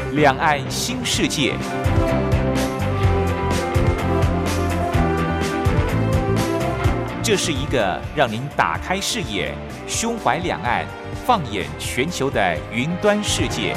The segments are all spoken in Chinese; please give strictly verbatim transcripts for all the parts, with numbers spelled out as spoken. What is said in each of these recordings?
两岸新世界。这是一个让您打开视野、胸怀两岸、放眼全球的云端世界。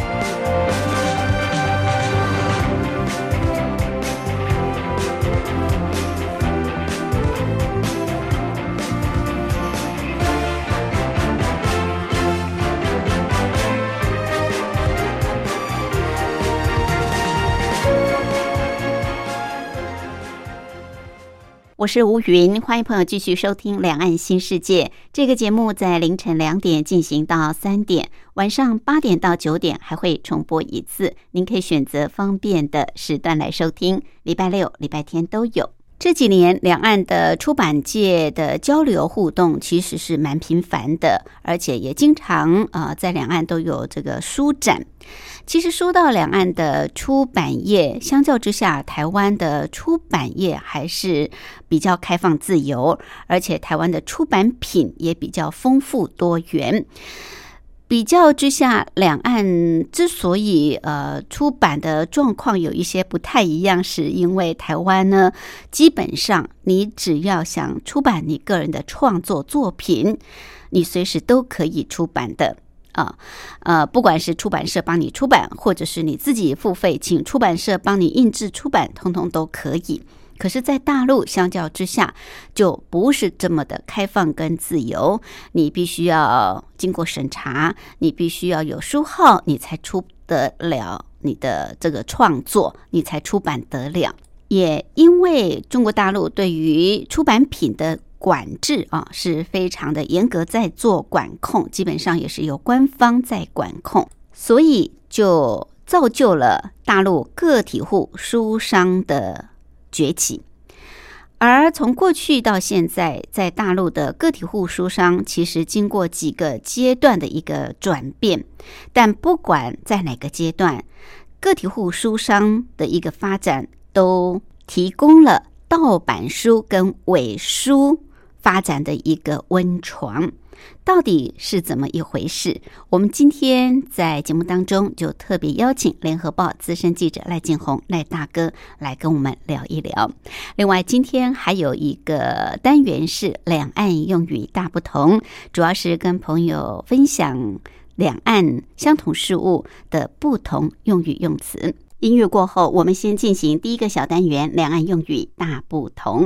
我是吴云，欢迎朋友继续收听《两岸新世界》这个节目，在凌晨两点进行到三点，晚上八点到九点还会重播一次，您可以选择方便的时段来收听，礼拜六、礼拜天都有。这几年两岸的出版界的交流互动其实是蛮频繁的，而且也经常呃在两岸都有这个书展。其实说到两岸的出版业，相较之下，台湾的出版业还是比较开放自由，而且台湾的出版品也比较丰富多元。比较之下，两岸之所以呃出版的状况有一些不太一样，是因为台湾呢，基本上你只要想出版你个人的创作作品，你随时都可以出版的。啊，呃，不管是出版社帮你出版，或者是你自己付费请出版社帮你印制出版，通通都可以。可是在大陆相较之下就不是这么的开放跟自由，你必须要经过审查，你必须要有书号，你才出得了你的这个创作，你才出版得了。也因为中国大陆对于出版品的管制啊是非常的严格，在做管控，基本上也是由官方在管控，所以就造就了大陆个体户书商的崛起。而从过去到现在，在大陆的个体户书商其实经过几个阶段的一个转变，但不管在哪个阶段，个体户书商的一个发展都提供了盗版书跟伪书发展的一个温床。到底是怎么一回事？我们今天在节目当中就特别邀请联合报资深记者赖建宏赖大哥来跟我们聊一聊。另外今天还有一个单元是两岸用语大不同，主要是跟朋友分享两岸相同事物的不同用语用词。音乐过后，我们先进行第一个小单元两岸用语大不同。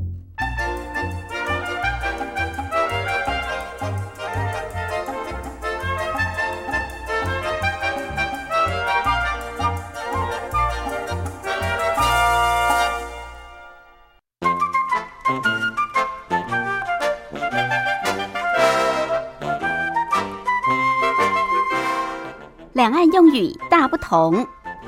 两岸用语大不同。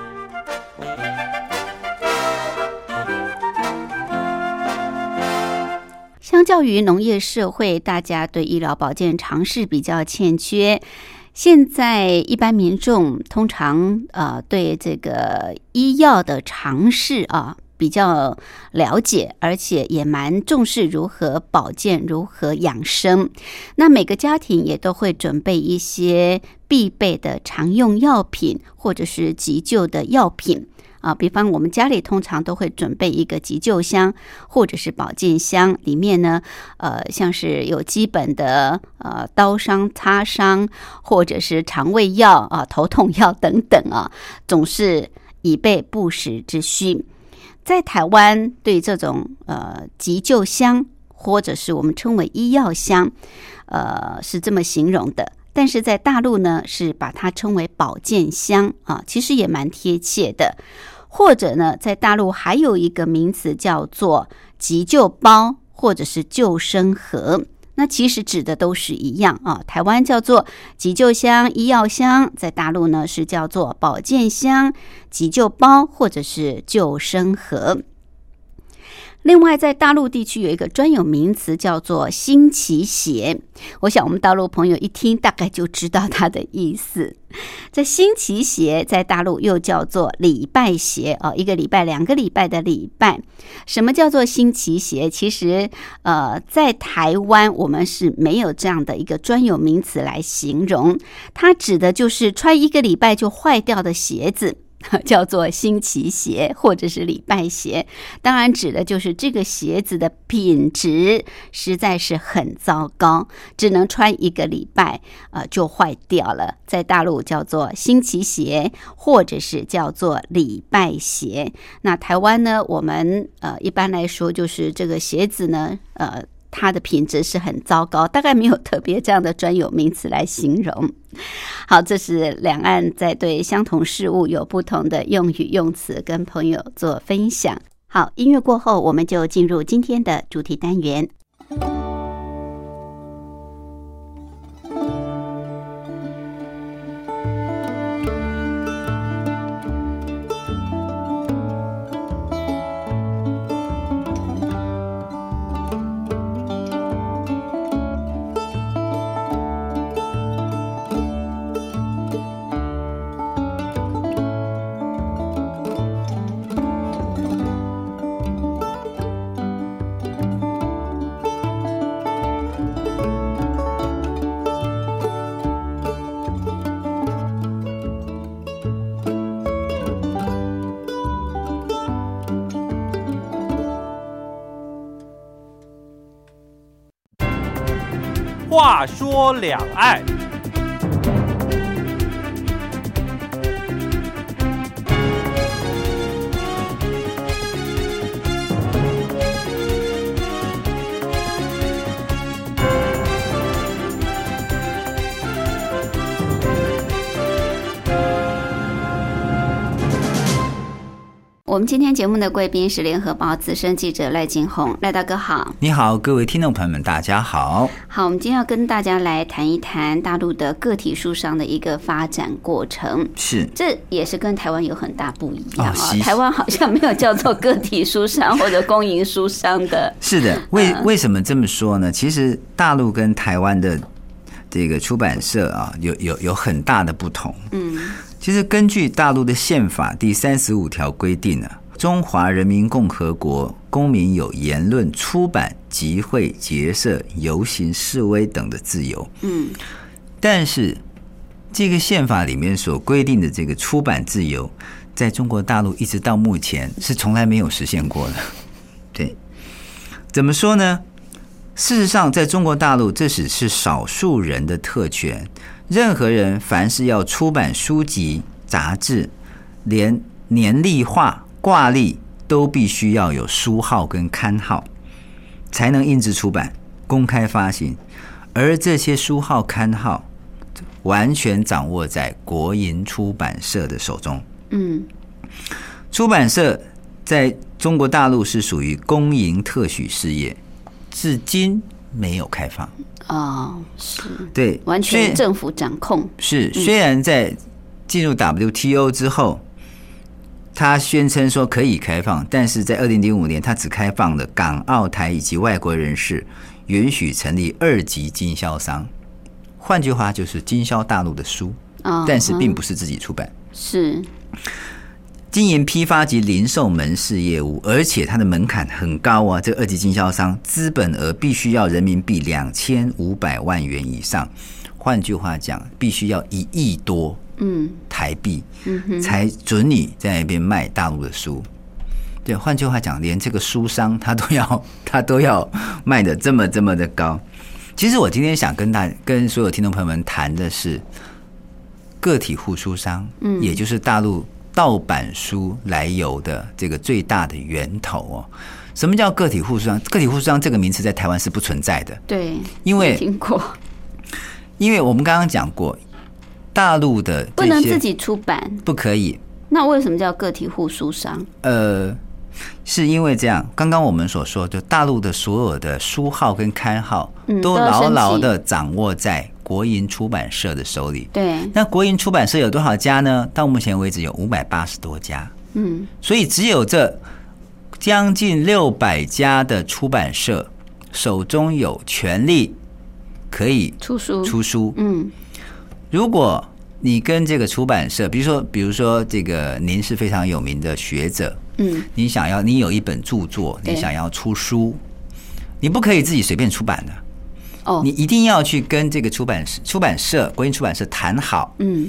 相较于农业社会，大家对医疗保健常识比较欠缺。现在一般民众通常呃对这个医药的常识啊比较了解，而且也蛮重视如何保健、如何养生。那每个家庭也都会准备一些必备的常用药品，或者是急救的药品啊。比方我们家里通常都会准备一个急救箱，或者是保健箱，里面呢，呃，像是有基本的呃刀伤、擦伤，或者是肠胃药啊、头痛药等等啊，总是以备不时之需。在台湾，对这种呃急救箱或者是我们称为医药箱，呃是这么形容的。但是在大陆呢，是把它称为保健箱啊，其实也蛮贴切的。或者呢，在大陆还有一个名词叫做急救包或者是救生盒。那其实指的都是一样啊，台湾叫做急救箱、医药箱，在大陆呢是叫做保健箱、急救包或者是救生盒。另外在大陆地区有一个专有名词叫做新奇鞋，我想我们大陆朋友一听大概就知道它的意思。这新奇鞋在大陆又叫做礼拜鞋、哦、一个礼拜两个礼拜的礼拜。什么叫做新奇鞋？其实呃，在台湾我们是没有这样的一个专有名词来形容，它指的就是穿一个礼拜就坏掉的鞋子叫做星期鞋或者是礼拜鞋，当然指的就是这个鞋子的品质实在是很糟糕，只能穿一个礼拜呃就坏掉了，在大陆叫做星期鞋或者是叫做礼拜鞋。那台湾呢，我们呃一般来说就是这个鞋子呢呃它的品质是很糟糕，大概没有特别这样的专有名词来形容。好，这是两岸在对相同事物有不同的用语用词，跟朋友做分享。好，音乐过后，我们就进入今天的主题单元。 话说两岸， 我们今天节目的贵宾是联合报资深记者赖金红，赖大哥好。 你好，各位听众朋友们，大家好。 好，我们今天要跟大家来谈一谈大陆的个体书商的一个发展过程。 是， 这也是跟台湾有很大不一样啊、 哦。 台湾好像没有叫做个体书商或者公营书商的。 是的，为为什么这么说呢？其实大陆跟台湾的这个出版社啊，有有有很大的不同。嗯。其实根据大陆的宪法第三十五条规定啊，中华人民共和国公民有言论、出版、集会、结社、游行、示威等的自由。嗯，但是这个宪法里面所规定的这个出版自由，在中国大陆一直到目前是从来没有实现过的。对，怎么说呢？事实上，在中国大陆，这只是少数人的特权。任何人凡是要出版书籍、杂志，连年历画、挂历都必须要有书号跟刊号，才能印制出版、公开发行。而这些书号、刊号完全掌握在国营出版社的手中。嗯，出版社在中国大陆是属于公营特许事业，至今没有开放。 哦，是， 对， 完全政府掌控。 是，虽然在进入 W T O 之后，他宣称说可以开放，但是在二零零五年，他只开放了港澳台以及外国人士允许成立二级经销商，换句话就是经销大陆的书，哦、但是并不是自己出版。 是。 经营批发及零售门市业务，而且它的门槛很高啊！这个二级经销商资本额必须要人民币两千五百万元以上，换句话讲，必须要一亿多台币，嗯，才准你在那边卖大陆的书。对，换句话讲，连这个书商他都要他都要卖的这么这么的高。其实我今天想跟大跟所有听众朋友们谈的是个体户书商，嗯，也就是大陆盗版书来由的这个最大的源头哦。什么叫个体户书商？个体户书商这个名词在台湾是不存在的。 对， 因为听过。 因为我们刚刚讲过，大陆的不能自己出版， 不可以。 那为什么叫个体户书商？ 呃，是因为这样，刚刚我们所说，就大陆的所有的书号跟刊号都牢牢的掌握在国营出版社的手里。 对， 那国营出版社有多少家呢？到目前为止有五百八十多家。嗯，所以只有这将近六百家的出版社手中有权利可以出书。 出书。嗯，如果你跟这个出版社，比如说，比如说这个您是非常有名的学者，嗯，你想要你有一本著作，你想要出书，你不可以自己随便出版的。哦，你一定要去跟这个出版出版社、国营出版社谈好，嗯，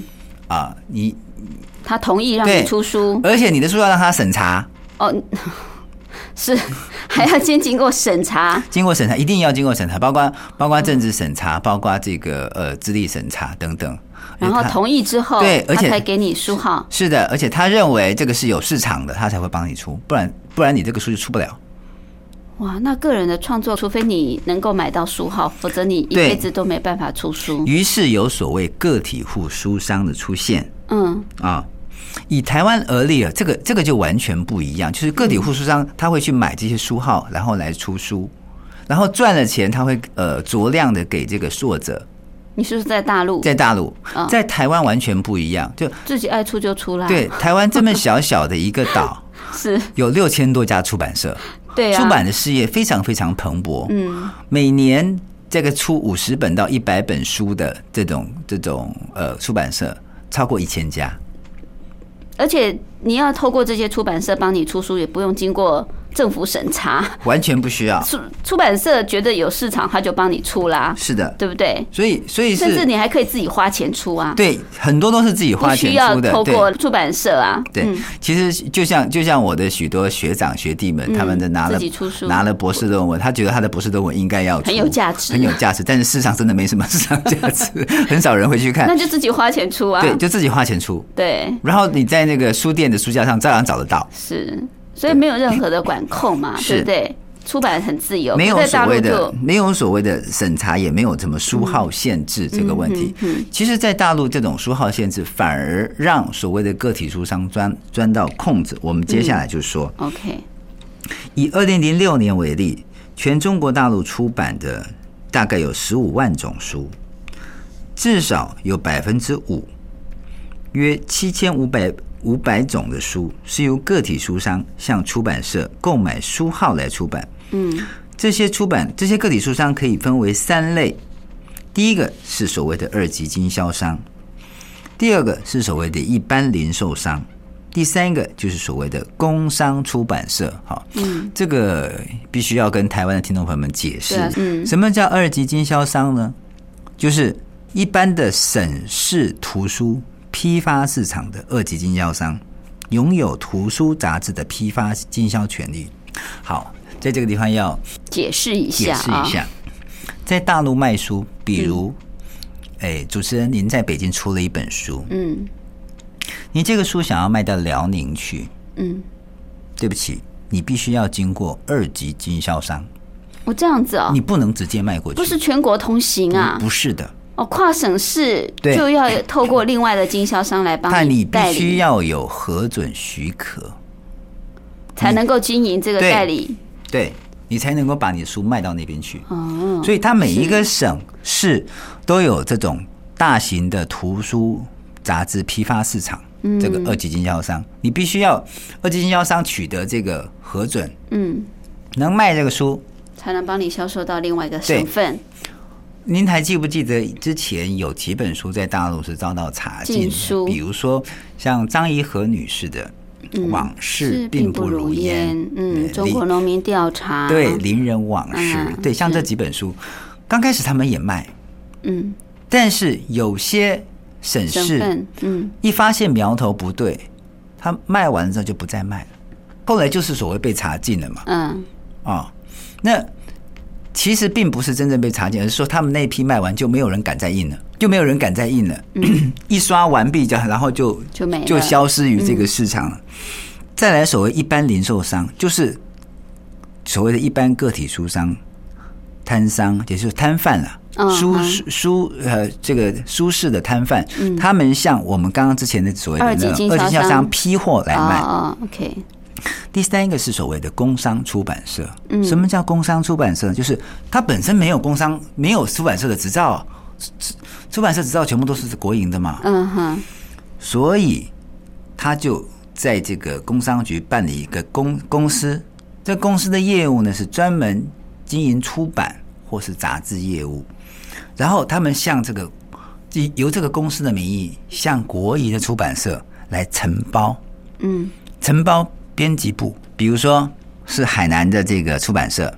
啊，你他同意让你出书， 而且你的书要让他审查哦，是还要先经过审查， 经过审查，一定要经过审查，包括包括政治审查，包括这个呃资历审查等等。 然后同意之后， 对，而且他才给你书号。是的，而且他认为这个是有市场的，他才会帮你出，不然不然你这个书就出不了。 哇，那个人的创作，除非你能够买到书号，否则你一辈子都没办法出书。 于是有所谓个体户书商的出现。 嗯啊，以台湾而立啊，这个这个就完全不一样，就是个体户书商他会去买这些书号，然后来出书，然后赚了钱他会呃酌量的给这个作者。 你是不是在大陆？ 在大陆，在台湾完全不一样，就自己爱出就出啦。 对，台湾这么小小的一个岛， 是有六千多家出版社， 对啊， 出版的事业非常非常蓬勃。嗯，每年这个出五十本到一百本书的这种这种呃出版社超过一千家， 而且你要透过这些出版社帮你出书，也不用经过政府审查， 完全不需要。 出出版社觉得有市场，他就帮你出啦。 是的， 对不对？ 所以，所以甚至你还可以自己花钱出啊。 对，很多都是自己花钱出的， 不需要透过出版社啊。 对，嗯、其实就像就像我的许多学长学弟们，嗯、他们的拿了自己出书， 拿了博士论文，他觉得他的博士论文应该要出很有价值， 很有价值，但是事实上真的没什么市场价值，很少人会去看。 那就自己花钱出啊。 对，就自己花钱出。 对， 然后你在那个书店的书架上照样找得到。 是。所以没有任何的管控嘛，对不对？出版很自由， 没有所谓的没有所谓的审查，也没有什么书号限制这个问题。嗯嗯嗯、其实，在大陆这种书号限制，反而让所谓的个体书商钻钻到空子。我们接下来就说、 嗯、，OK， 以二零零六年为例，全中国大陆出版的大概有十五万种书，至少有百分之五，约七千五百。五百种的书是由个体书商向出版社购买书号来出版。嗯，这些出版这些个体书商可以分为三类，第一个是所谓的二级经销商，第二个是所谓的一般零售商，第三个就是所谓的工商出版社。好，嗯，这个必须要跟台湾的听众朋友们解释，嗯，什么叫二级经销商呢？就是一般的省市图书批发市场的二级经销商，拥有图书杂志的批发经销权利。好，在这个地方要解释一下， 解释一下，在大陆卖书，比如，哎、嗯，主持人您在北京出了一本书，嗯，你这个书想要卖到辽宁去，嗯，对不起，你必须要经过二级经销商。 我、哦、这样子哦， 你不能直接卖过去， 不是全国通行啊？ 不, 不是的。 哦，跨省市就要透过另外的经销商来帮你代理， 但你必须要有核准许可， 才能够经营这个代理， 对，对你才能够把你的书卖到那边去。哦，所以它每一个省市都有这种大型的图书杂志批发市场，嗯、这个二级经销商，你必须要二级经销商取得这个核准，嗯，能卖这个书， 才能帮你销售到另外一个省份。 您还记不记得之前有几本书在大陆是遭到查禁的？比如说像张怡和女士的《往事并不如烟》， 嗯，中国农民调查， 对，邻人往事，嗯、对，像这几本书，刚开始他们也卖，嗯，但是有些省市，嗯，一发现苗头不对，他卖完之后就不再卖了，后来就是所谓被查禁了嘛，嗯，啊、哦，那。其实并不是真正被查禁，而是说他们那批卖完就没有人敢再印了，就没有人敢再印了，嗯、一刷完毕就然后就就没了， 就消失于这个市场了。嗯、再来，所谓一般零售商，就是所谓的一般个体书商、摊商，也就是摊贩了。 哦、 书书呃，这个书市的摊贩，嗯、他们像我们刚刚之前的所谓的那种二级经销商批货来卖。 哦哦 OK。 第三个是所谓的工商出版社。嗯、什么叫工商出版社？就是它本身没有工商，没有出版社的执照，出版社执照全部都是国营的嘛。嗯哼。所以他就在这个工商局办理一个公公司，这公司的业务呢是专门经营出版或是杂志业务，然后他们向这个由这个公司的名义向国营的出版社来承包。嗯，承包。编辑部，比如说是海南的这个出版社，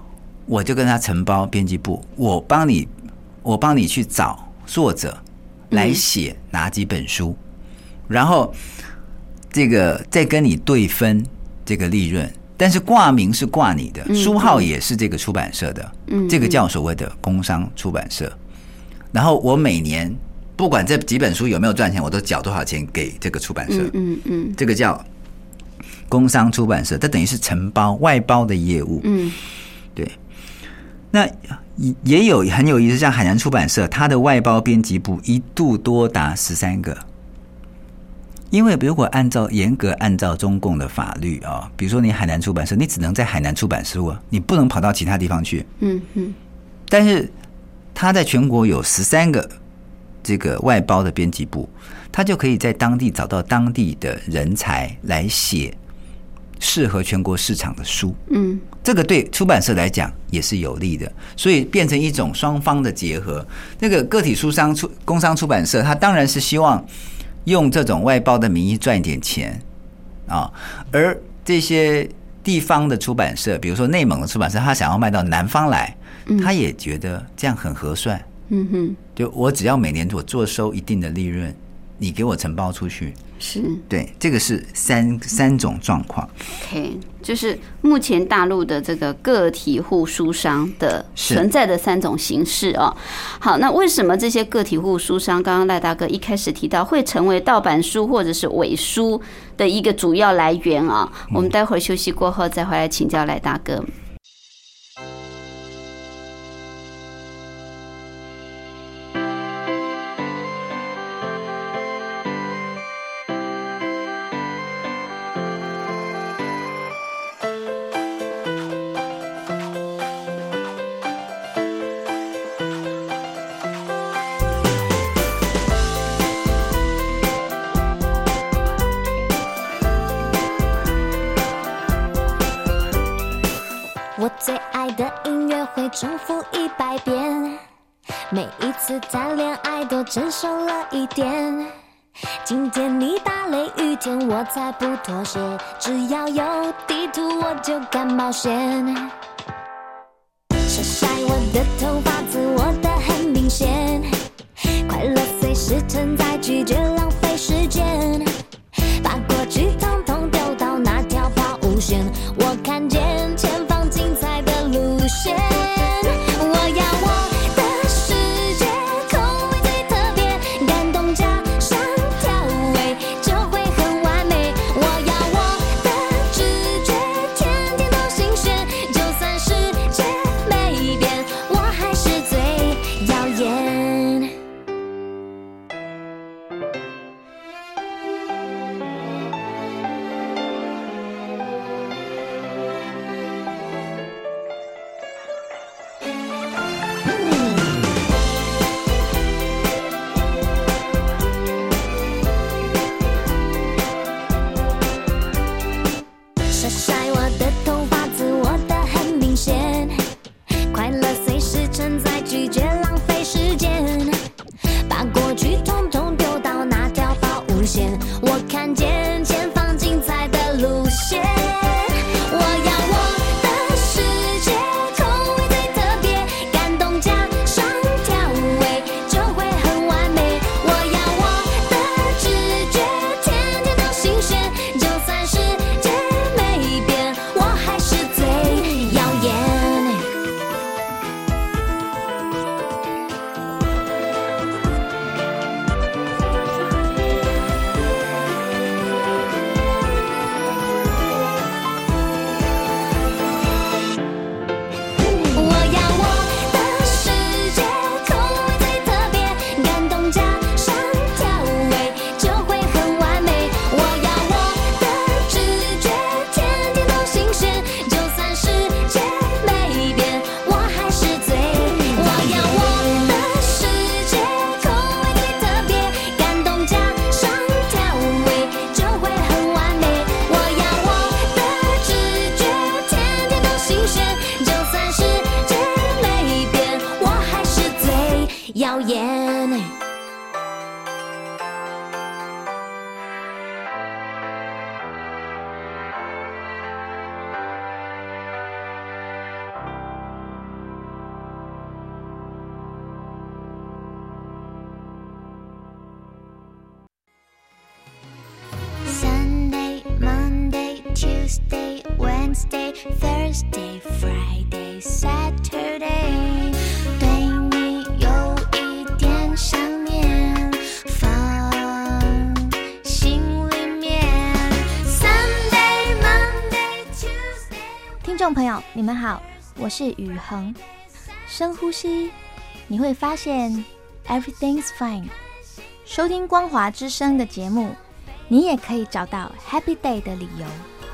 我就跟他承包编辑部，我帮你，我帮你去找作者， 来写哪几本书，然后这个再跟你对分这个利润，但是挂名是挂你的，书号也是这个出版社的，这个叫所谓的工商出版社。然后我每年不管这几本书有没有赚钱，我都缴多少钱给这个出版社，嗯嗯嗯，这个叫工商出版社，这等于是承包外包的业务，嗯，对。那也有很有意思，像海南出版社，它的外包编辑部一度多达十三个。因为如果按照严格按照中共的法律啊，比如说你海南出版社，你只能在海南出版书啊，你不能跑到其他地方去。嗯嗯。但是他在全国有十三个这个外包的编辑部，他就可以在当地找到当地的人才来写适合全国市场的书，嗯，这个对出版社来讲也是有利的，所以变成一种双方的结合。那个个体书商出工商出版社，他当然是希望用这种外包的名义赚一点钱啊，而这些地方的出版社，比如说内蒙的出版社，他想要卖到南方来，他也觉得这样很合算。嗯哼，就我只要每年我做收一定的利润，你给我承包出去。是，对，这个是三三种状况。 OK， 就是目前大陆的这个个体户书商的存在的三种形式哦。好，那为什么这些个体户书商，刚刚赖大哥一开始提到会成为盗版书或者是伪书的一个主要来源啊？我们待会儿休息过后再回来请教赖大哥。 我最爱的音乐会重复一百遍，每一次谈恋爱都成熟了一点。今天你打雷雨天我才不妥协，只要有地图我就敢冒险。晒晒我的头发，自我的很明显，快乐随时存在，拒绝浪费时间，把过去统统丢到那条抛物线，我看见前方精彩的路线。我要我的世界口味最特别，感动加上调味就会很完美。我要我的直觉天天都新鲜，就算世界没变我还是最耀眼。 Tuesday, Wednesday, Thursday, Friday, Saturday， 对你有一点想念，放心里面。Sunday, Monday, Tuesday。听众朋友，你们好，我是宇恒。深呼吸，你会发现 everything's fine。收听光华之声的节目，你也可以找到 Happy Day 的理由。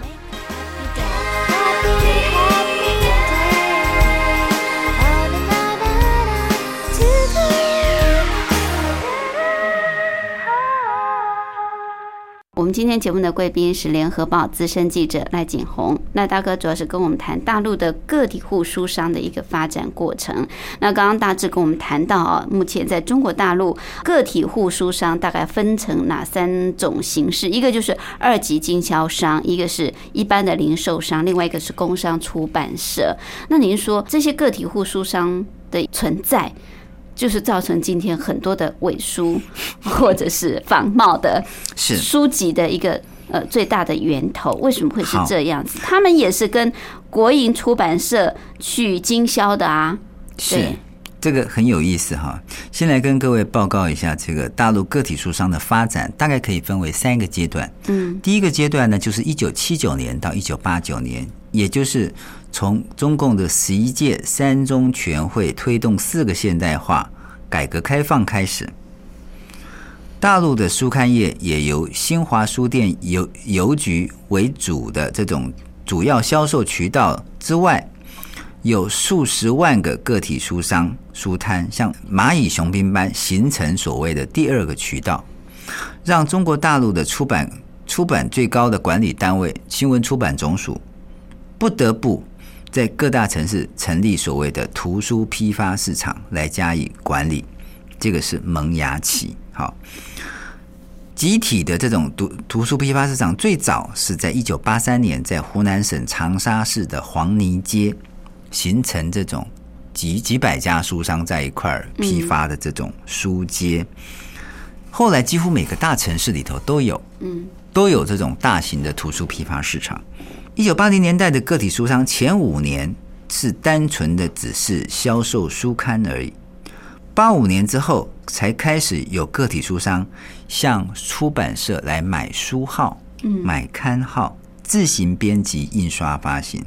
我们今天节目的贵宾是联合报资深记者赖景宏，赖大哥主要是跟我们谈大陆的个体户书商的一个发展过程。那刚刚大致跟我们谈到啊，目前在中国大陆个体户书商大概分成哪三种形式？一个就是二级经销商，一个是一般的零售商，另外一个是工商出版社。那您说这些个体户书商的存在，就是造成今天很多的伪书或者是仿冒的书籍的一个呃最大的源头。为什么会是这样子？他们也是跟国营出版社去经销的啊。 是，这个很有意思哈。先来跟各位报告一下，这个大陆个体书商的发展大概可以分为三个阶段。嗯，第一个阶段呢，就是一九七九年到一九八九年，也就是从中共的十一届三中全会推动四个现代化改革开放开始，大陆的书刊业也由新华书店邮邮局为主的这种主要销售渠道之外，有数十万个个体书商书摊像蚂蚁雄兵般形成所谓的第二个渠道，让中国大陆的出版出版最高的管理单位新闻出版总署不得不在各大城市成立所谓的图书批发市场来加以管理，这个是萌芽期。好，集体的这种图书批发市场最早是在一九八三年在湖南省长沙市的黄泥街形成这种几几百家书商在一块批发的这种书街，后来几乎每个大城市里头都有，都有这种大型的图书批发市场。一九八零年代的个体书商前五年是单纯的只是销售书刊而已，八五年之后才开始有个体书商向出版社来买书号、买刊号，自行编辑、印刷、发行。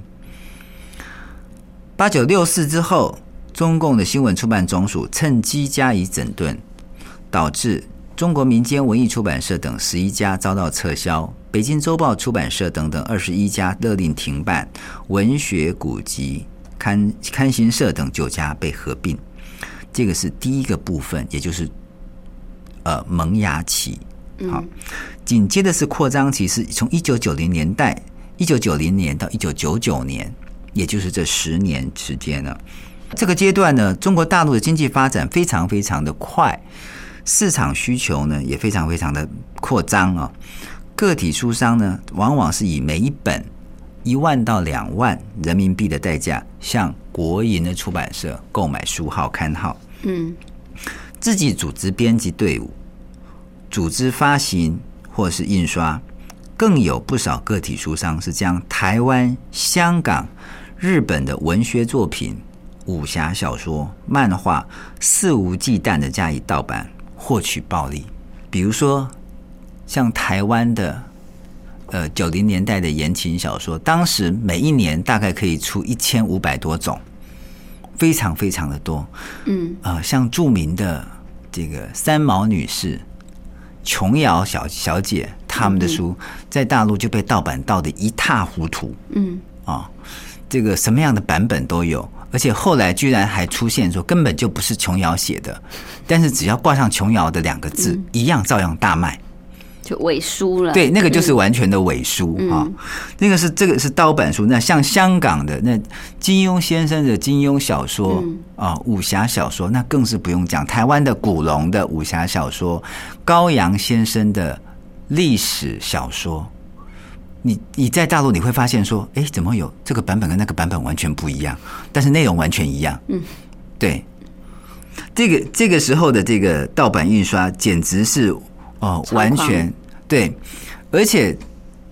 八九六四之后，中共的新闻出版总署趁机加以整顿，导致中国民间文艺出版社等十一家遭到撤销，北京周报出版社等等二十一家勒令停办，文学古籍刊刊行社等九家被合并。这个是第一个部分，也就是呃萌芽期。好，紧接着是扩张期，是从一九九零年代一九九零年到一九九九年，也就是这十年时间呢。这个阶段呢，中国大陆的经济发展非常非常的快，市场需求呢也非常非常的扩张啊。个体书商呢，往往是以每一本一万到两万人民币的代价，向国营的出版社购买书号、刊号，嗯，自己组织编辑队伍，组织发行或是印刷，更有不少个体书商是将台湾、香港、日本的文学作品、武侠小说、漫画肆无忌惮的加以盗版，获取暴利。比如说像台湾的呃九零年代的言情小说，当时每一年大概可以出一千五百多种，非常非常的多。嗯，呃，像著名的这个三毛女士、琼瑶小小姐他们的书，在大陆就被盗版盗得一塌糊涂。嗯，啊、哦，这个什么样的版本都有。而且后来居然还出现说根本就不是琼瑶写的，但是只要挂上琼瑶的两个字，嗯、一样照样大卖， 就伪书了。 对，那个就是完全的伪书啊、嗯哦。那个是这个是盗版书。那像香港的那金庸先生的金庸小说啊、嗯哦，武侠小说那更是不用讲。台湾的古龙的武侠小说，高阳先生的历史小说。你你在大陆你会发现说，哎，怎么有这个版本跟那个版本完全不一样，但是内容完全一样。嗯，对，这个这个时候的这个盗版印刷简直是哦，完全对，而且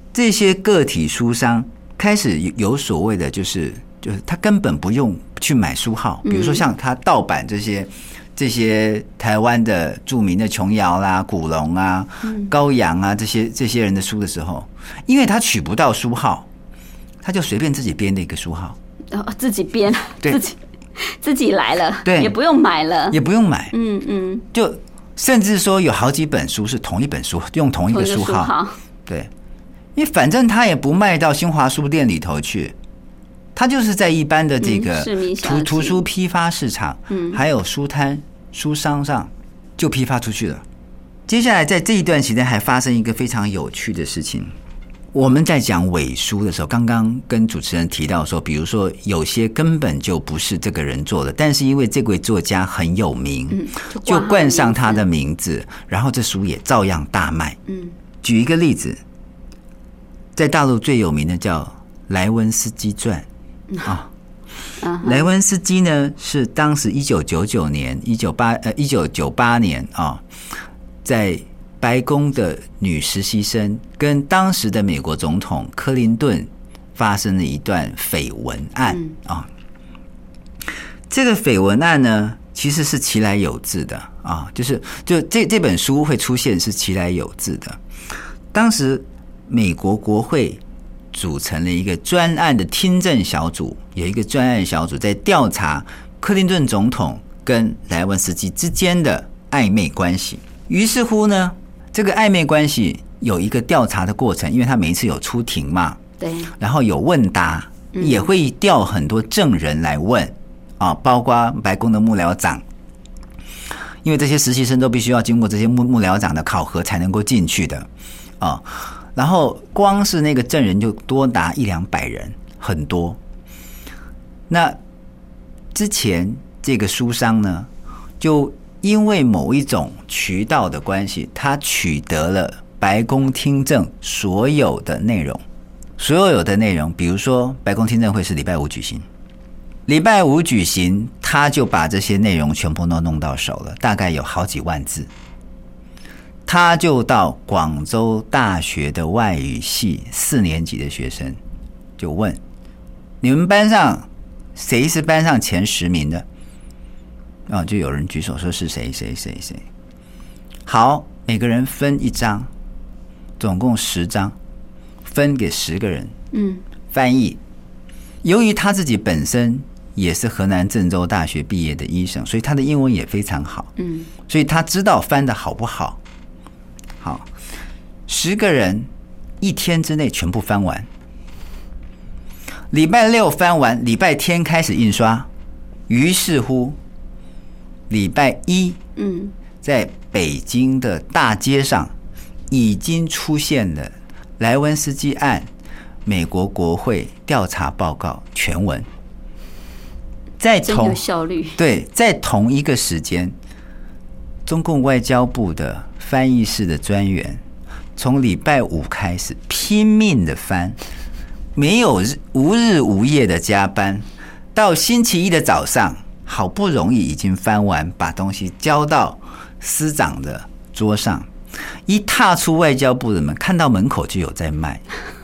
这些个体书商开始有所谓的，就是就是他根本不用去买书号，比如说像他盗版这些。这些台湾的著名的琼瑶啦、古龙啊、高阳啊这些这些人的书的时候，因为他取不到书号，他就随便自己编的一个书号， 哦，自己编， 对， 自己自己来了， 对， 也不用买了， 也不用买， 嗯嗯， 就甚至说有好几本书是同一本书，用同一个书号， 书号对，因为反正他也不卖到新华书店里头去。他就是在一般的这个图图书批发市场，嗯，还有书摊、书商上就批发出去了。接下来在这一段时间还发生一个非常有趣的事情。我们在讲伪书的时候，刚刚跟主持人提到说，比如说有些根本就不是这个人做的，但是因为这位作家很有名，嗯，就冠上他的名字，然后这书也照样大卖。嗯，举一个例子，在大陆最有名的叫莱温斯基传。啊，莱温斯基呢是当时一九九九年、一九八呃一九九八年啊，在白宫的女实习生跟当时的美国总统克林顿发生了一段绯闻案啊。这个绯闻案呢，其实是其来有自的啊，就是就这这本书会出现是其来有自的。当时美国国会组成了一个专案的听证小组，有一个专案小组在调查克林顿总统跟莱文斯基之间的暧昧关系。于是乎呢，这个暧昧关系有一个调查的过程，因为他每一次有出庭嘛，对，然后有问答，也会调很多证人来问啊，包括白宫的幕僚长，因为这些实习生都必须要经过这些幕幕僚长的考核才能够进去的啊。然后光是那个证人就多达一两百人，很多。那之前这个书商呢，就因为某一种渠道的关系，他取得了白宫听证所有的内容，所有的内容，比如说白宫听证会是礼拜五举行，礼拜五举行，他就把这些内容全部都弄到手了，大概有好几万字。他就到广州大学的外语系四年级的学生，就问：你们班上谁是班上前十名的？啊，就有人举手说是谁谁谁谁。好，每个人分一张，总共十张，分给十个人。嗯，翻译。由于他自己本身也是河南郑州大学毕业的医生，所以他的英文也非常好。嗯，所以他知道翻的好不好。好，十个人一天之内全部翻完，礼拜六翻完，礼拜天开始印刷，于是乎，礼拜一，嗯，在北京的大街上已经出现了莱文斯基案美国国会调查报告全文，在同真有效率， 对，在同一个时间，中共外交部的翻译室的专员从礼拜五开始拼命的翻，没有日无日无夜的加班，到星期一的早上，好不容易已经翻完，把东西交到司长的桌上，一踏出外交部的门，看到门口就有在卖。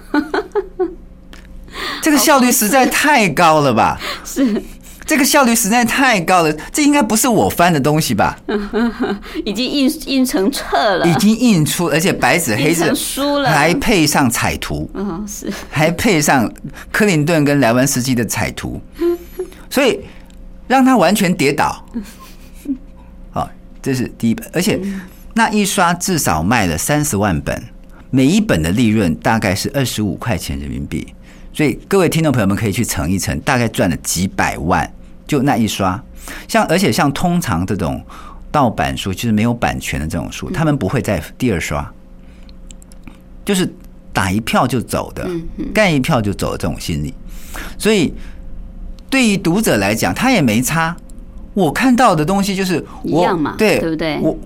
这个效率实在太高了吧？ 是。 这个效率实在太高了，这应该不是我翻的东西吧？ 已经印印成册了， 已经印出，而且白纸黑字书了， 还配上彩图， 嗯，是， 还配上克林顿跟莱文斯基的彩图，所以让他完全跌倒。好，这是第一本，而且那一刷至少卖了三十万本，每一本的利润大概是二十五块钱人民币。所以各位听众朋友们可以去乘一乘，大概赚了几百万，就那一刷。像而且像通常这种盗版书，就是没有版权的这种书，他们不会再第二刷，就是打一票就走的，干一票就走的这种心理。所以对于读者来讲，他也没差。我看到的东西就是一样嘛，对，对不对？ 我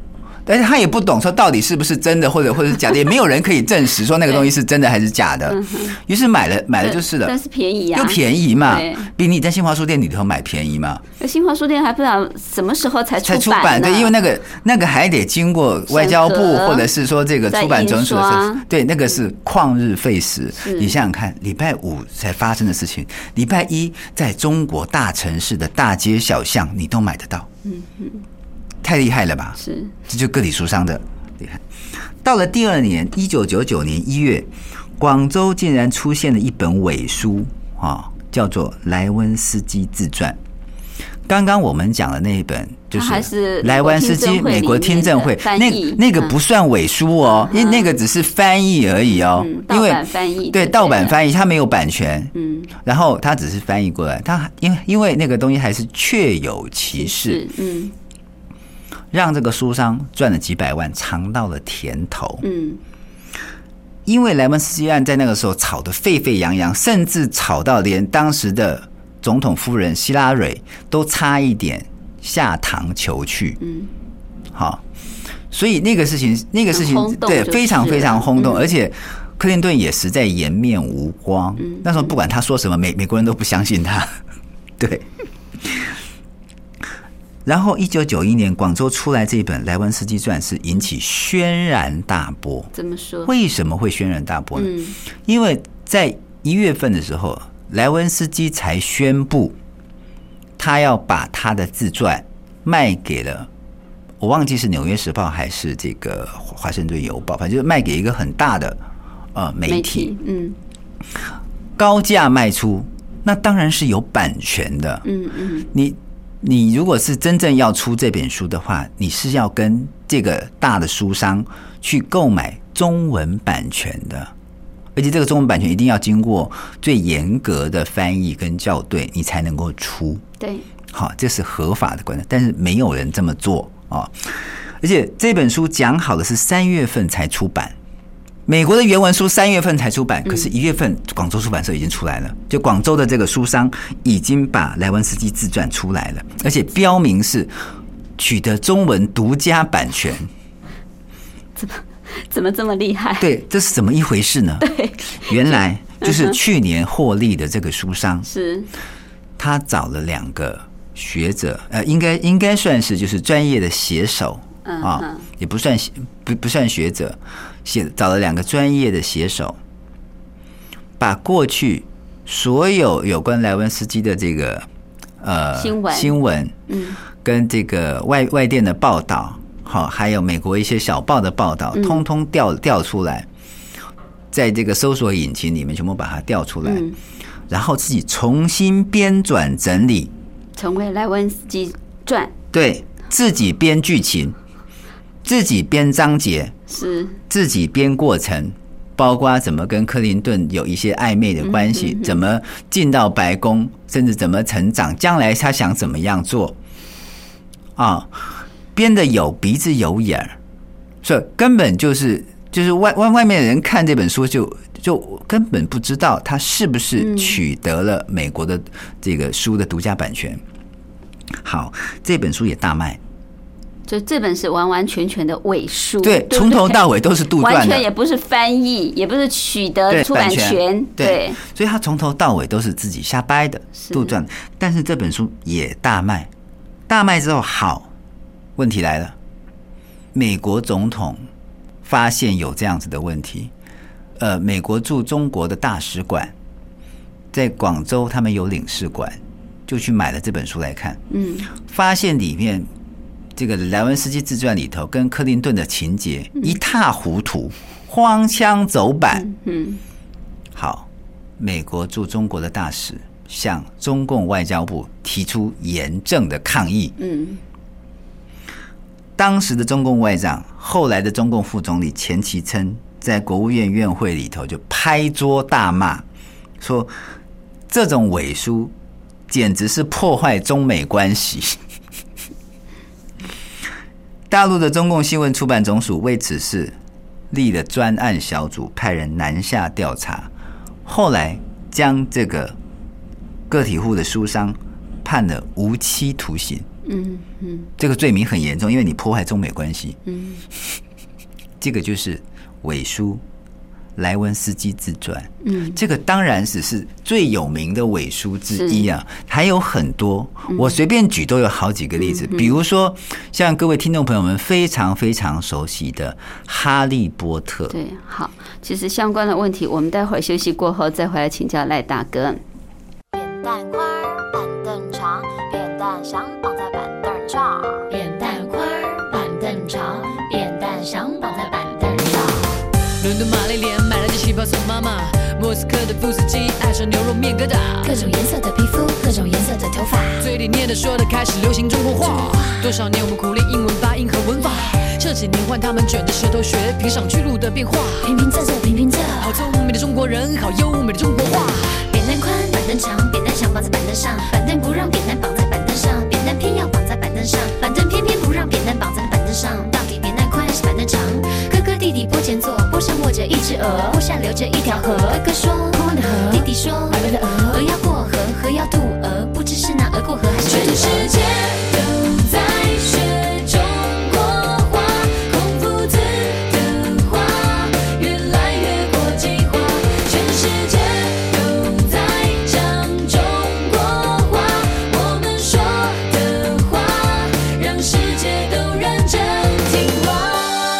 而且他也不懂说到底是不是真的或者或者是假的，也没有人可以证实说那个东西是真的还是假的。于是买了买了就是了， 但是便宜啊， 又便宜嘛，比你在新华书店里头买便宜嘛。 新华书店还不知道什么时候才出版呢？才出版对，因为那个那个还得经过外交部或者是说这个出版总署的，对，那个是旷日费时。你想想看，礼拜五才发生的事情，礼拜一在中国大城市的大街小巷你都买得到，嗯嗯，太厉害了吧？是，这就个体书商的厉害。到了第二年，一九九九年一月，广州竟然出现了一本伪书啊，叫做《莱温斯基自传》。刚刚我们讲的那一本就是莱温斯基美国听证会，那那个不算伪书哦，因为那个只是翻译而已哦，因为翻译对盗版翻译，它没有版权，嗯，然后它只是翻译过来，它因为因为那个东西还是确有其事，嗯，让这个书商赚了几百万，尝到了甜头，嗯。因为莱文斯基案在那个时候吵得沸沸扬扬，甚至吵到连当时的总统夫人希拉蕊都差一点下堂求去。嗯，好，所以那个事情，那个事情对非常非常轰动，嗯、而且克林顿也实在颜面无光。嗯、那时候不管他说什么，美美国人都不相信他。对。然后，一九九一年，广州出来这一本《莱文斯基传》是引起轩然大波。 怎么说？ 为什么会轩然大波呢？嗯、因为在一月份的时候，莱文斯基才宣布，他要把他的自传卖给了，我忘记是《纽约时报》还是这个《华盛顿邮报》，反正就是卖给一个很大的呃媒体，媒体嗯，高价卖出，那当然是有版权的。嗯嗯，你。你如果是真正要出这本书的话，你是要跟这个大的书商去购买中文版权的，而且这个中文版权一定要经过最严格的翻译跟校对，你才能够出。 对， 好，这是合法的观念，但是没有人这么做啊！而且这本书讲好的是三月份才出版。美国的原文书三月份才出版，可是一月份广州出版社已经出来了，就广州的这个书商已经把莱文斯基自传出来了，而且标明是取得中文独家版权。 怎么怎么这么厉害？ 对，这是怎么一回事呢？ 对， 原来就是去年获利的这个书商， 是他找了两个学者，呃，应该应该算是就是专业的写手。啊、哦，也不算不不算学者，写找了两个专业的写手，把过去所有有关莱文斯基的这个呃新闻新闻，嗯，跟这个外外电的报道，好、哦，还有美国一些小报的报道，嗯、通通调调出来，在这个搜索引擎里面全部把它调出来，嗯、然后自己重新编纂整理， 成为莱文斯基传， 对，自己编剧情。自己编章节，是自己编过程，包括怎么跟克林顿有一些暧昧的关系，嗯、怎么进到白宫，甚至怎么成长，将来他想怎么样做啊，编得有鼻子有眼儿，所以根本就是就是外外外面的人看这本书就就根本不知道他是不是取得了美国的这个书的独家版权。好，这本书也大卖。 就这本是完完全全的伪书， 对，从头到尾都是杜撰的， 完全也不是翻译，也不是取得出版权，对， 对，所以他从头到尾都是自己瞎掰的杜撰。但是这本书也大卖，大卖之后，好，问题来了，美国总统发现有这样子的问题，呃，美国驻中国的大使馆在广州，他们有领事馆，就去买了这本书来看，嗯，发现里面。这个莱文斯基自传里头跟克林顿的情节一塌糊涂，荒腔走板。嗯，好，美国驻中国的大使向中共外交部提出严正的抗议。嗯，当时的中共外长，后来的中共副总理钱其琛，在国务院院会里头就拍桌大骂，说这种伪书简直是破坏中美关系。大陆的中共新闻出版总署为此事立了专案小组，派人南下调查，后来将这个个体户的书商判了无期徒刑。 嗯嗯， 这个罪名很严重，因为你破坏中美关系。 嗯， 这个就是伪书莱温斯基自传。 嗯， 这个当然只是最有名的伪书之一啊，还有很多，我随便举都有好几个例子。嗯、比如说，像各位听众朋友们非常非常熟悉的《哈利波特》。 对，好，其实相关的问题，我们待会儿休息过后再回来请教赖大哥。 扁担宽，板凳长，扁担想绑在板凳上。扁担宽，板凳长，扁担想绑在板凳上。 伦敦玛丽莲买了件旗袍送妈妈，莫斯科的富斯基爱上牛肉面疙瘩， 各种颜色的皮肤，各种颜色的头发， 嘴里念的说的开始流行中国话。多少年我们苦练英文发音和文法，这几年换他们卷着舌头学披上巨鹿的变化。 平平仄仄平平仄， 好聪明的中国人，好优美的中国话。 扁担宽，板凳长，扁担想绑在板凳上，板凳不让扁担绑在板凳上，扁担偏要绑在板凳上，板凳偏偏不让扁担绑在板凳上。到底扁担宽还是板凳长？哥哥弟弟坡前坐，坡上卧着一只鹅，坡下流着一条河。哥哥说宽宽的河，弟弟说白白的鹅，鹅要过河，河要渡鹅，不知是那鹅过河还是全世界都在学中国话，孔夫子的话越来越国际化，全世界都在讲中国话，我们说的话让世界都认真听话。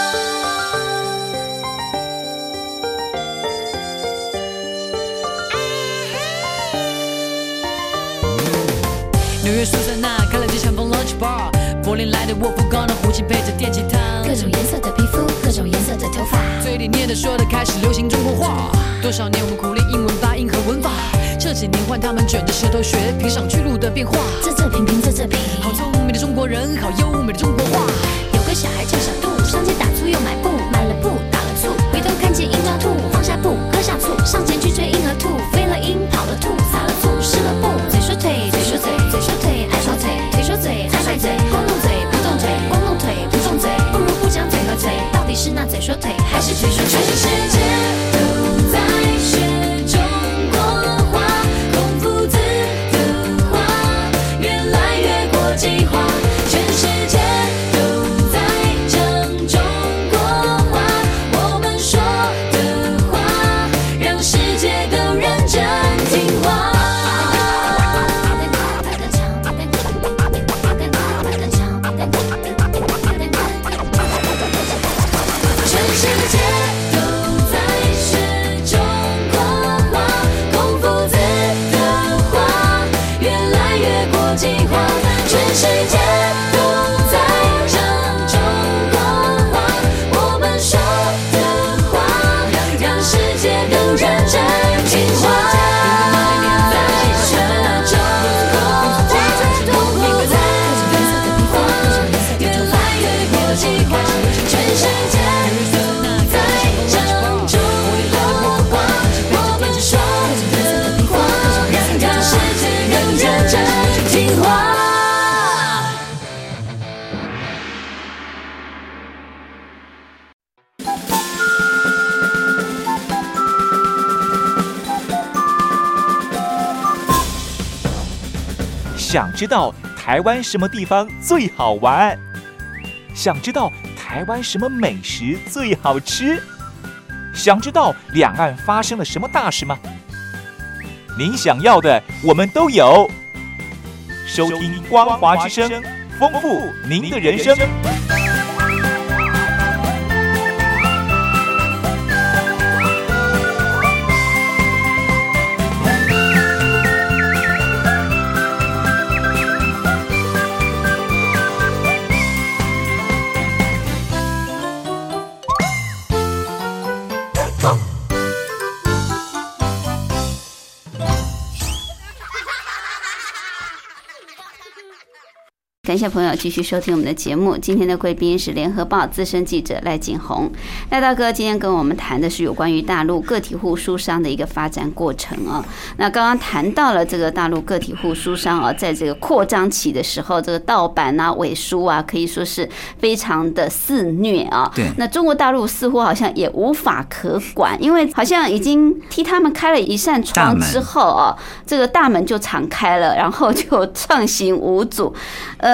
纽约苏珊娜开了间相逢 lunch bar， 柏林来的沃夫冈的胡琴配着电吉他， 各种颜色的皮肤，各种颜色的头发， 嘴里念的说的开始流行中国话。多少年我们苦练英文发音和文法，这几年换他们卷着舌头学披上巨鹿的变化。 仄仄平平仄仄平， 好聪明的中国人，好优美的中国话。 有个小孩叫小杜，上街打醋又买布，买了布打了醋，回头看见鹰抓兔，放下布喝下醋，上前去追鹰和兔，飞了鹰跑了兔，撒了醋湿了布，嘴说腿嘴说嘴嘴说腿爱耍腿，腿说嘴爱甩嘴，光弄嘴不动腿，光弄腿不动嘴，不如不讲嘴和嘴，到底是那嘴说腿还是腿说腿？ 全世界都在学中国话，孔夫子的话越来越国际化，全世界都在讲中国话，我们说的话让世界都认真听话。全世界都在学中国话，孔夫子的话越来越国际化，全世界都在讲中国话，我们说的话让世界都认真听话。在学中国话，孔夫子的话越来越国际化，全世界想知道台湾什么地方最好玩？想知道台湾什么美食最好吃？想知道两岸发生了什么大事吗？您想要的我们都有。收听光华之声，丰富您的人生。 感谢朋友继续收听我们的节目。今天的贵宾是联合报资深记者赖景宏。赖大哥今天跟我们谈的是有关于大陆个体户书商的一个发展过程哦。那刚刚谈到了这个大陆个体户书商啊，在这个扩张期的时候，这个盗版啊、伪书啊，可以说是非常的肆虐啊。 对。 那中国大陆似乎好像也无法可管，因为好像已经替他们开了一扇窗之后啊，这个大门就敞开了，然后就畅行无阻。呃。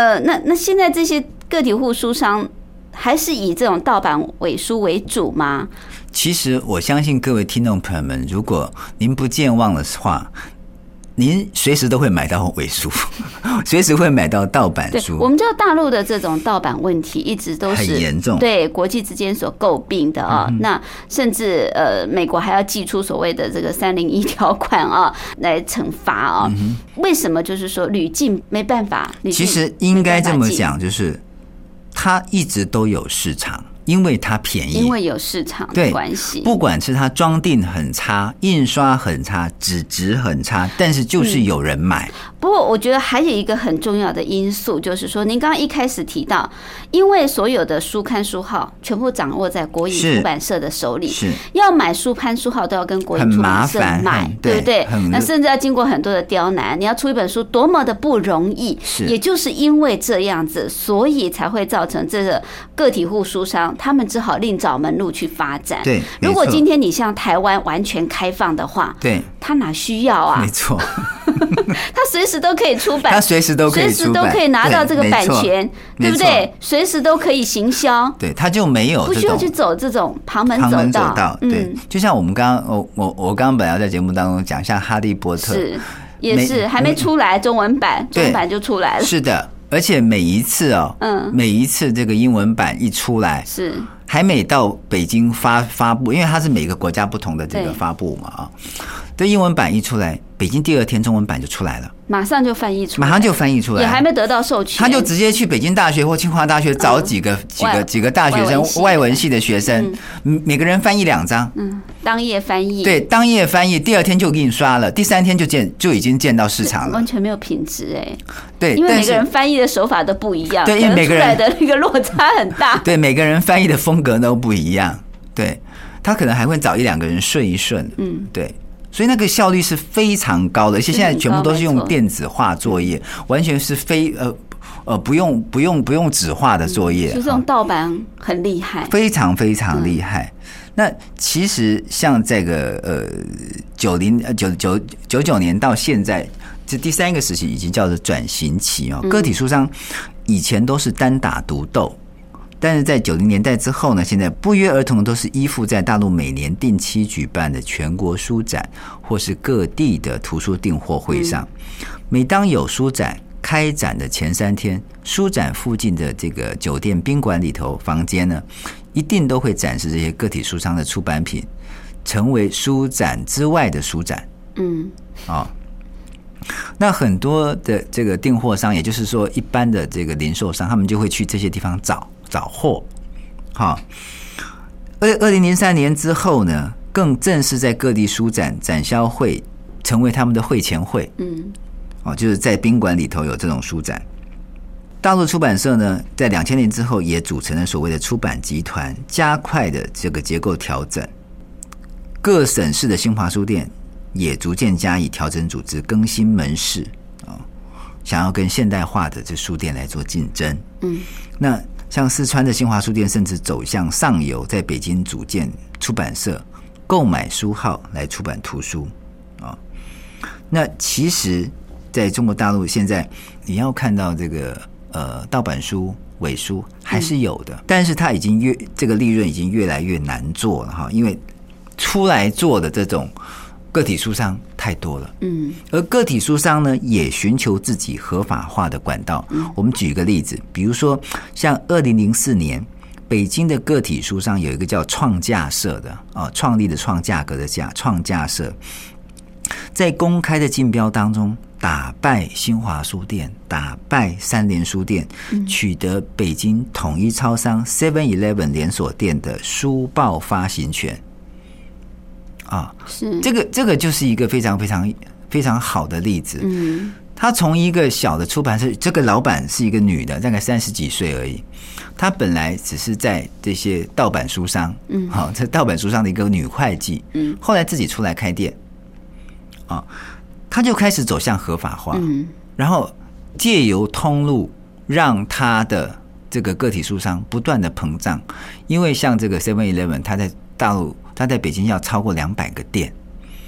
呃，那那现在这些个体户书商还是以这种盗版伪书为主吗？ 其实我相信各位听众朋友们，如果您不健忘的话，您随时都会买到伪书，随时会买到盗版书。 我们知道大陆的这种盗版问题一直都是很严重， 对国际之间所诟病的啊、嗯。那甚至呃，美国还要祭出所谓的这个三零一条款啊，来惩罚啊、嗯。为什么就是说屡禁没办法？ 其实应该这么讲，就是它一直都有市场。因为它便宜， 因为有市场的关系， 不管是它装订很差、印刷很差、纸质很差，但是就是有人买。嗯、 不过，我觉得还有一个很重要的因素，就是说，您刚刚一开始提到，因为所有的书刊书号全部掌握在国营出版社的手里， 是要买书刊书号都要跟国营出版社买，对不对？那甚至要经过很多的刁难，你要出一本书多么的不容易，也就是因为这样子，所以才会造成这个个体户书商。他们只好另找门路去发展。 对， 如果今天你像台湾完全开放的话， 对， 他哪需要啊？ 没错， 他随时都可以出版， 他随时都可以出版， 随时都可以拿到这个版权， 对, 对不对？随时都可以行销， 对，他就没有不需要去走这种旁门走道。 走道对、嗯，就像我们刚刚，我我我刚刚本来要在节目当中讲，像哈利波特是也是还没出来中文版，中文版就出来了， 是的。而且每一次哦，嗯，每一次这个英文版一出来， 是还没到北京发发布，因为它是每个国家不同的这个发布嘛啊。这英文版一出来，北京第二天中文版就出来了， 马上就翻译出来， 马上就翻译出来， 也还没得到授权， 他就直接去北京大学或清华大学找几个、嗯、几个几个大学生，外文系的学生，嗯、每个人翻译两张， 嗯，当页翻译， 对，当页翻译，第二天就印刷了，第三天就见就已经见到市场了， 完全没有品质哎， 对， 因为每个人翻译的手法都不一样， 对，因为每个人出来的那个落差很大， 对，每个人翻译的风格都不一样，对，他可能还会找一两个人顺一顺，嗯，对。所以那个效率是非常高的，而且现在全部都是用电子化作业，完全是非呃呃不用不用不用纸化的作业。 就这种盗版很厉害， 非常非常厉害。那其实像这个呃九零呃九九九九年到现在，这第三个时期已经叫做转型期哦。个体书商以前都是单打独斗。但是在九零年代之后呢，现在不约而同都是依附在大陆每年定期举办的全国书展或是各地的图书订货会上。每当有书展开展的前三天，书展附近的这个酒店宾馆里头房间呢，一定都会展示这些个体书商的出版品，成为书展之外的书展。嗯，哦。那很多的这个订货商，也就是说一般的这个零售商，他们就会去这些地方找找货。好，而二零零三年之后呢，更正式在各地书展展销会成为他们的会前会。嗯，哦，就是在宾馆里头有这种书展。大陆出版社呢，在两千年之后也组成了所谓的出版集团，加快的这个结构调整。各省市的新华书店也逐渐加以调整组织，更新门市，哦，想要跟现代化的这书店来做竞争。嗯，那像四川的新华书店甚至走向上游，在北京组建出版社，购买书号来出版图书。哦，那其实在中国大陆现在你要看到这个呃盗版书伪书还是有的，嗯，但是它已经越这个利润已经越来越难做了哈，因为出来做的这种个体书商太多了，嗯，而个体书商呢，也寻求自己合法化的管道。嗯，我们举一个例子，比如说像二零零四年，北京的个体书商有一个叫创价社的啊，创立的创，价格的价，创价社，在公开的竞标当中打败新华书店，打败三联书店，嗯，取得北京统一超商 seven eleven 连锁店的书报发行权。啊，是这个这个就是一个非常非常非常好的例子。嗯，他从一个小的出版社，这个老板是一个女的，大概三十几岁而已。她本来只是在这些盗版书商，嗯，好，这盗版书商的一个女会计，嗯，后来自己出来开店，啊，她就开始走向合法化，嗯，然后借由通路让她的这个个体书商不断的膨胀，因为像这个 seven eleven， 它在大陆。他在北京要超过两百个店，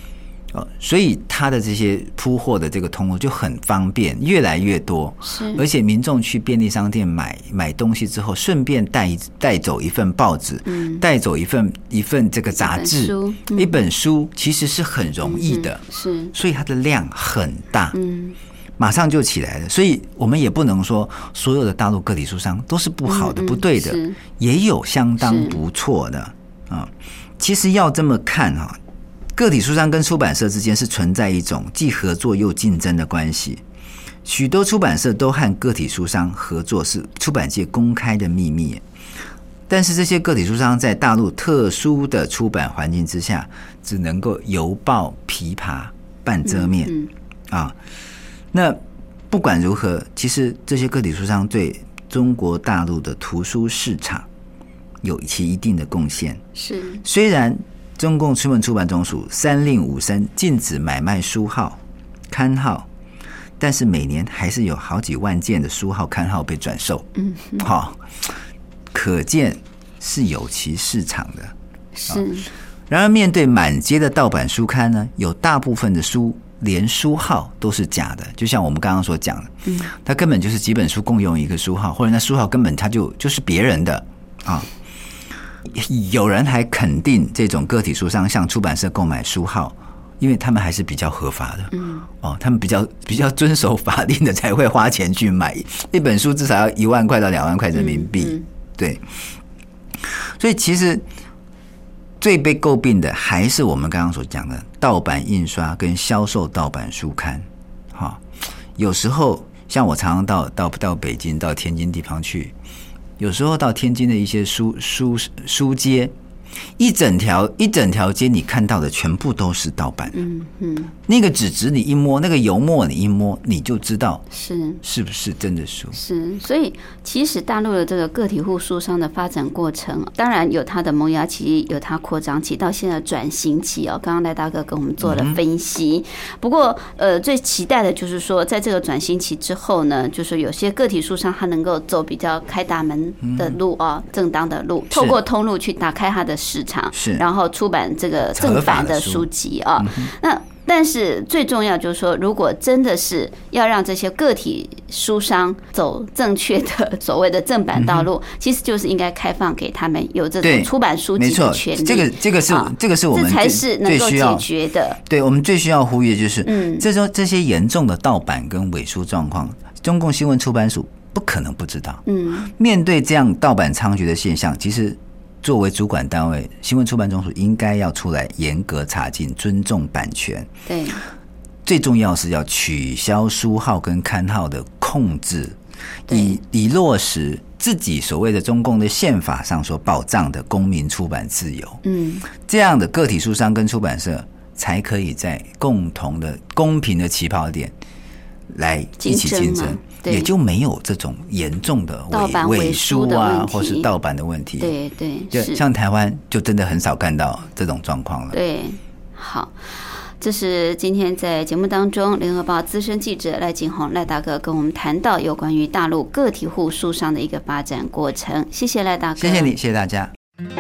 哦，所以它的这些铺货的这个通路就很方便，越来越多。 是， 而且民众去便利商店买买东西之后，顺便带带走一份报纸，嗯，带走一份一份这个杂志，一本书，嗯、一本书其实是很容易的，嗯、 是， 所以它的量很大， 嗯， 马上就起来了。所以我们也不能说所有的大陆个体书商都是不好的、嗯、不对的，也有相当不错的啊。其实要这么看哈、啊。个体书商跟出版社之间是存在一种既合作又竞争的关系，许多出版社都和个体书商合作，是出版界公开的秘密。但是这些个体书商在大陆特殊的出版环境之下，只能够犹抱琵琶半遮面、嗯嗯、啊。那不管如何，其实这些个体书商对中国大陆的图书市场有其一定的贡献。 是， 虽然中共新闻出版总署三令五申禁止买卖书号、刊号，但是每年还是有好几万件的书号、刊号被转售。嗯，好、哦，可见是有其市场的。 是、哦。 然而，面对满街的盗版书刊呢，有大部分的书连书号都是假的，就像我们刚刚所讲的，嗯，它根本就是几本书共用一个书号，或者那书号根本它就就是别人的啊。有人还肯定这种个体书商向出版社购买书号，因为他们还是比较合法的，嗯，哦，他们比较比较遵守法令的才会花钱去买一本书，至少要一万块到两万块人民币，嗯嗯、对。所以其实最被诟病的还是我们刚刚所讲的盗版印刷跟销售盗版书刊，哈、哦，有时候像我常常到到到北京、到天津地方去。有时候到天津的一些书书书街，一整条一整条街，你看到的全部都是盗版。嗯嗯，那个纸质你一摸，那个油墨你一摸，你就知道是是不是真的书。 是，所以其实大陆的这个个体户书商的发展过程，当然有它的萌芽期，有它扩张期，到现在转型期哦。刚刚赖大哥跟我们做了分析。嗯、不过呃，最期待的就是说，在这个转型期之后呢，就是有些个体书商它能够走比较开大门的路啊、嗯，正当的路，透过通路去打开它的市场，是，然后出版这个正版的书籍啊。嗯、那但是最重要就是说，如果真的是要让这些个体书商走正确的所谓的正版道路，嗯、其实就是应该开放给他们有这种出版书籍的权利。 这个这个是、啊、这个是我们这才是能够解决的。 对，我们最需要呼吁的就是，嗯，这种这些严重的盗版跟伪书状况，中共新闻出版署不可能不知道。嗯，面对这样盗版猖獗的现象，其实作为主管单位，新闻出版总署应该要出来严格查禁，尊重版权。 对， 最重要是要取消书号跟刊号的控制，以以落实自己所谓的中共的宪法上所保障的公民出版自由。嗯，这样的个体书商跟出版社才可以在共同的公平的起跑点来一起竞争，也就没有这种严重的伪伪书啊，或是盗版的问题。 对对， 就像台湾就真的很少看到这种状况了。 对，好，这是今天在节目当中，联合报资深记者赖景宏赖大哥跟我们谈到有关于大陆个体户书商的一个发展过程。谢谢赖大哥， 谢谢你，谢谢大家。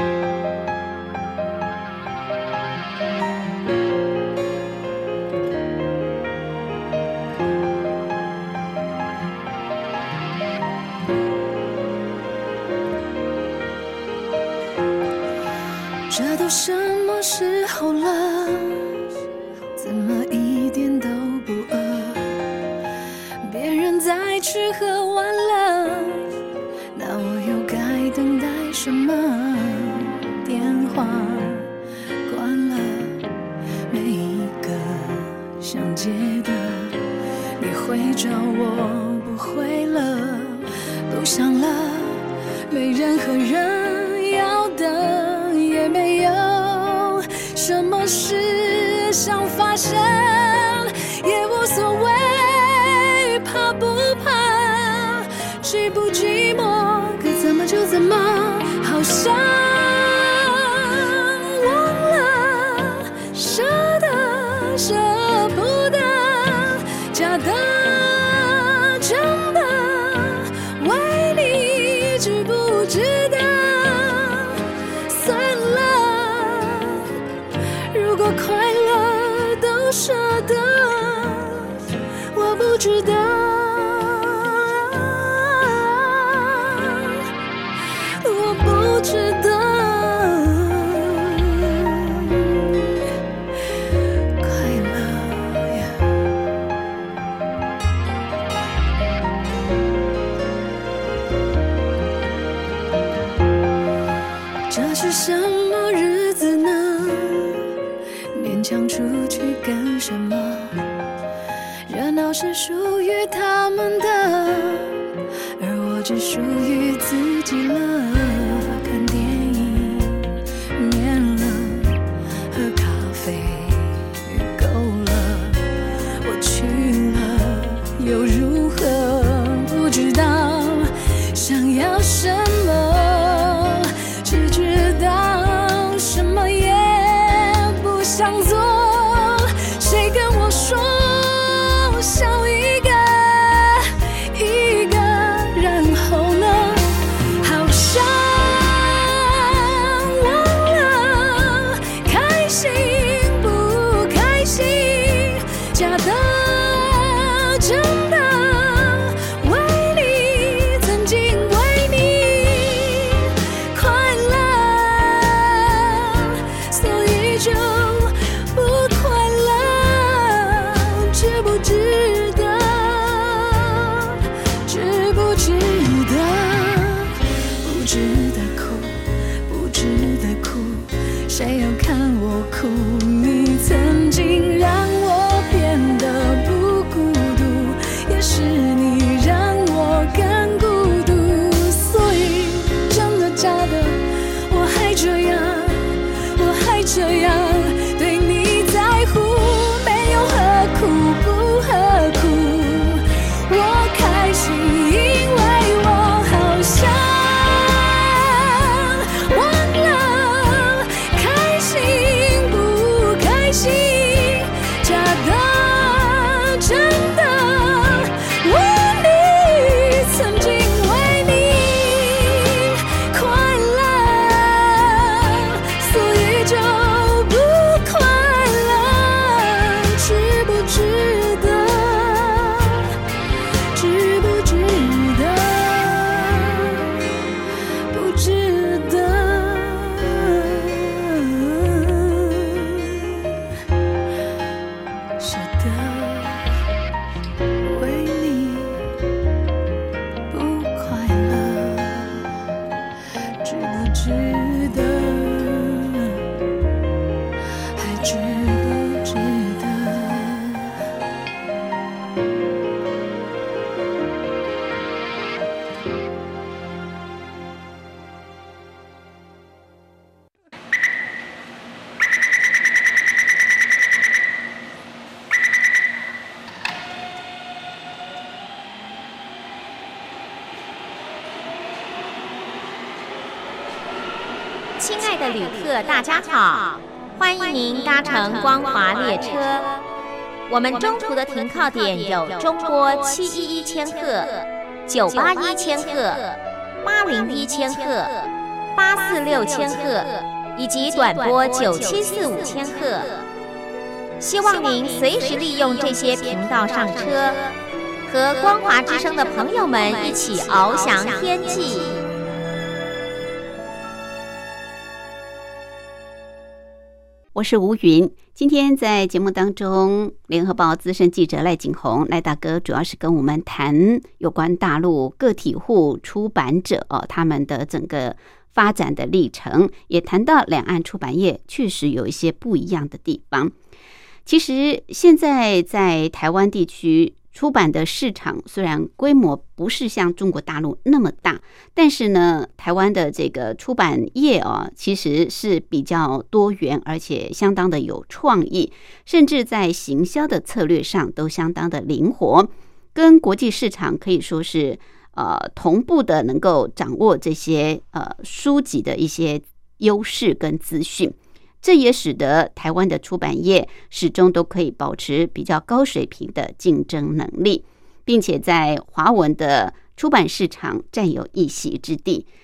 这都什么时候了，怎么一点都不饿？别人在吃喝玩乐，那我又该等待什么？电话关了，每一个想接的，你会找我不会了，不想了，没任何人要的，也没有什么事想发生，也无所谓，怕不怕，寂不寂寞，可怎么就怎么，好像忘了，舍得舍不得，假的舍得，我不知道，我不知道。这是什么日子呢？勉强出去干什么？热闹是属于他们的，而我只属于自己了。看电影眠了，喝咖啡够了，我去了又如何？不知道想要什么，只知道什么也不想做。谁跟我说笑一个一个，然后呢？好像忘了开心不开心，假的真的，为你曾经为你快乐，所以就不快乐，值不值得？值不值得？不值得哭，不值得哭，谁要看我哭？你曾经让我变得不孤独，也是你让我更孤独，所以真的假的，我还这样，我还这样对你在乎，没有何苦不何苦，我开心，因为我好像忘了开心不开心，假的真的，为你曾经为你快乐，所以就不快乐，值不值得？值不值得？不值得。舍得为你不快乐，值不值得？还值不值得？ 亲爱的旅客，大家好，欢迎您搭乘光华列车。我们中途的停靠点有中波七一一千赫、九八一千赫、八零一千赫、八四六千赫以及短波九七四五千赫。希望您随时利用这些频道上车，和光华之声的朋友们一起翱翔天际。我是吴云，今天在节目当中，联合报资深记者赖景宏赖大哥主要是跟我们谈有关大陆个体户出版者哦他们的整个发展的历程，也谈到两岸出版业确实有一些不一样的地方。其实现在在台湾地区出版的市场虽然规模不是像中国大陆那么大，但是呢，台湾的这个出版业啊，其实是比较多元，而且相当的有创意，甚至在行销的策略上都相当的灵活，跟国际市场可以说是呃同步的，能够掌握这些呃书籍的一些优势跟资讯。这也使得台湾的出版业始终都可以保持比较高水平的竞争能力，并且在华文的出版市场占有一席之地。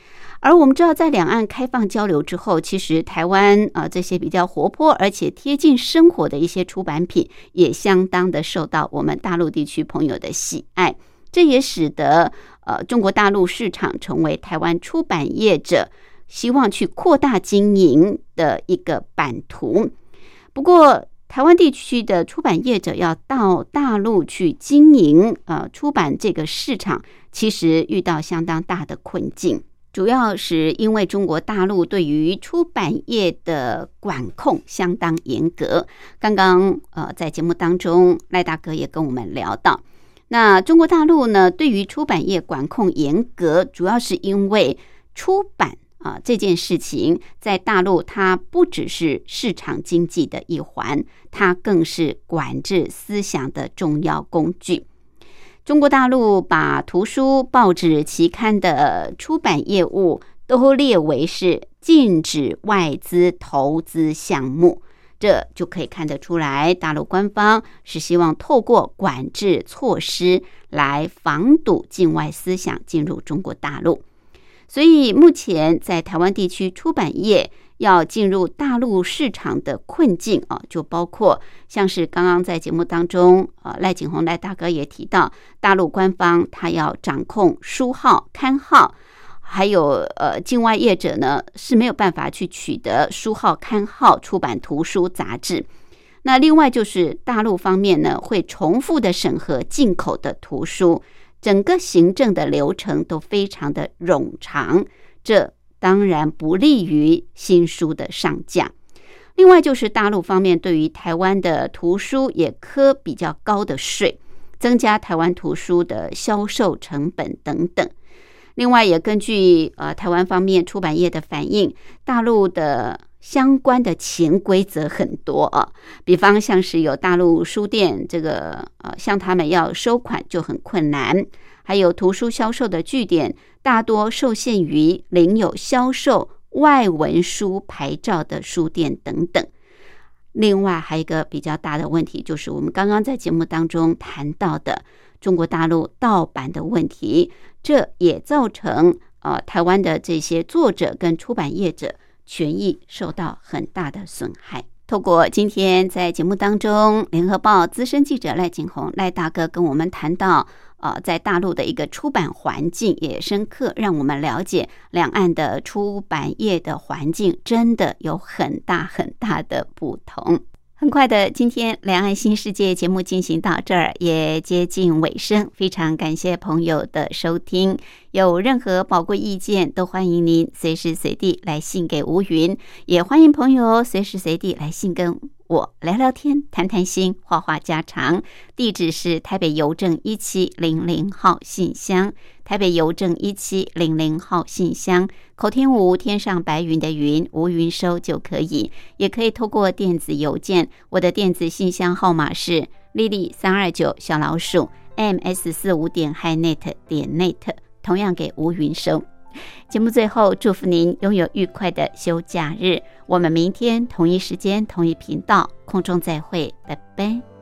而我们知道，在两岸开放交流之后，其实台湾啊、呃、这些比较活泼而且贴近生活的一些出版品，也相当的受到我们大陆地区朋友的喜爱。这也使得呃中国大陆市场成为台湾出版业者希望去扩大经营的一个版图。不过，台湾地区的出版业者要到大陆去经营呃出版这个市场，其实遇到相当大的困境。主要是因为中国大陆对于出版业的管控相当严格。刚刚呃在节目当中，赖大哥也跟我们聊到，那中国大陆呢对于出版业管控严格，主要是因为出版啊这件事情在大陆它不只是市场经济的一环，它更是管制思想的重要工具。中国大陆把图书、报纸、期刊的出版业务都列为是禁止外资投资项目，这就可以看得出来，大陆官方是希望透过管制措施来防堵境外思想进入中国大陆。所以目前在台湾地区出版业要进入大陆市场的困境啊，就包括像是刚刚在节目当中，呃，赖景宏赖大哥也提到，大陆官方他要掌控书号、刊号，还有呃，境外业者呢是没有办法去取得书号、刊号出版图书杂志。那另外就是大陆方面呢，会重复的审核进口的图书，整个行政的流程都非常的冗长，这当然不利于新书的上架。另外就是大陆方面对于台湾的图书也科比较高的税，增加台湾图书的销售成本等等。另外也根据呃台湾方面出版业的反映，大陆的相关的潜规则很多啊，比方像是有大陆书店这个呃向他们要收款就很困难，还有图书销售的据点大多受限于领有销售外文书牌照的书店等等。另外还有一个比较大的问题，就是我们刚刚在节目当中谈到的中国大陆盗版的问题，这也造成呃台湾的这些作者跟出版业者权益受到很大的损害。透过今天在节目当中，联合报资深记者赖景宏赖大哥跟我们谈到呃，在大陆的一个出版环境，也深刻让我们了解两岸的出版业的环境真的有很大很大的不同。很快的，今天两岸新世界节目进行到这儿也接近尾声，非常感谢朋友的收听。有任何宝贵意见，都欢迎您随时随地来信给吴云，也欢迎朋友随时随地来信跟我聊聊天、谈谈心、话话家常。地址是台北邮政一七零零号信箱，台北邮政一七零零号信箱。口天吴，天上白云的云，吴云收就可以，也可以透过电子邮件，我的电子信箱号码是 lily 三二九 小老鼠 m s 四五 点 highnet 点 net， 同样给吴云收。节目最后，祝福您拥有愉快的休假日。我们明天同一时间同一频道空中再会，拜拜。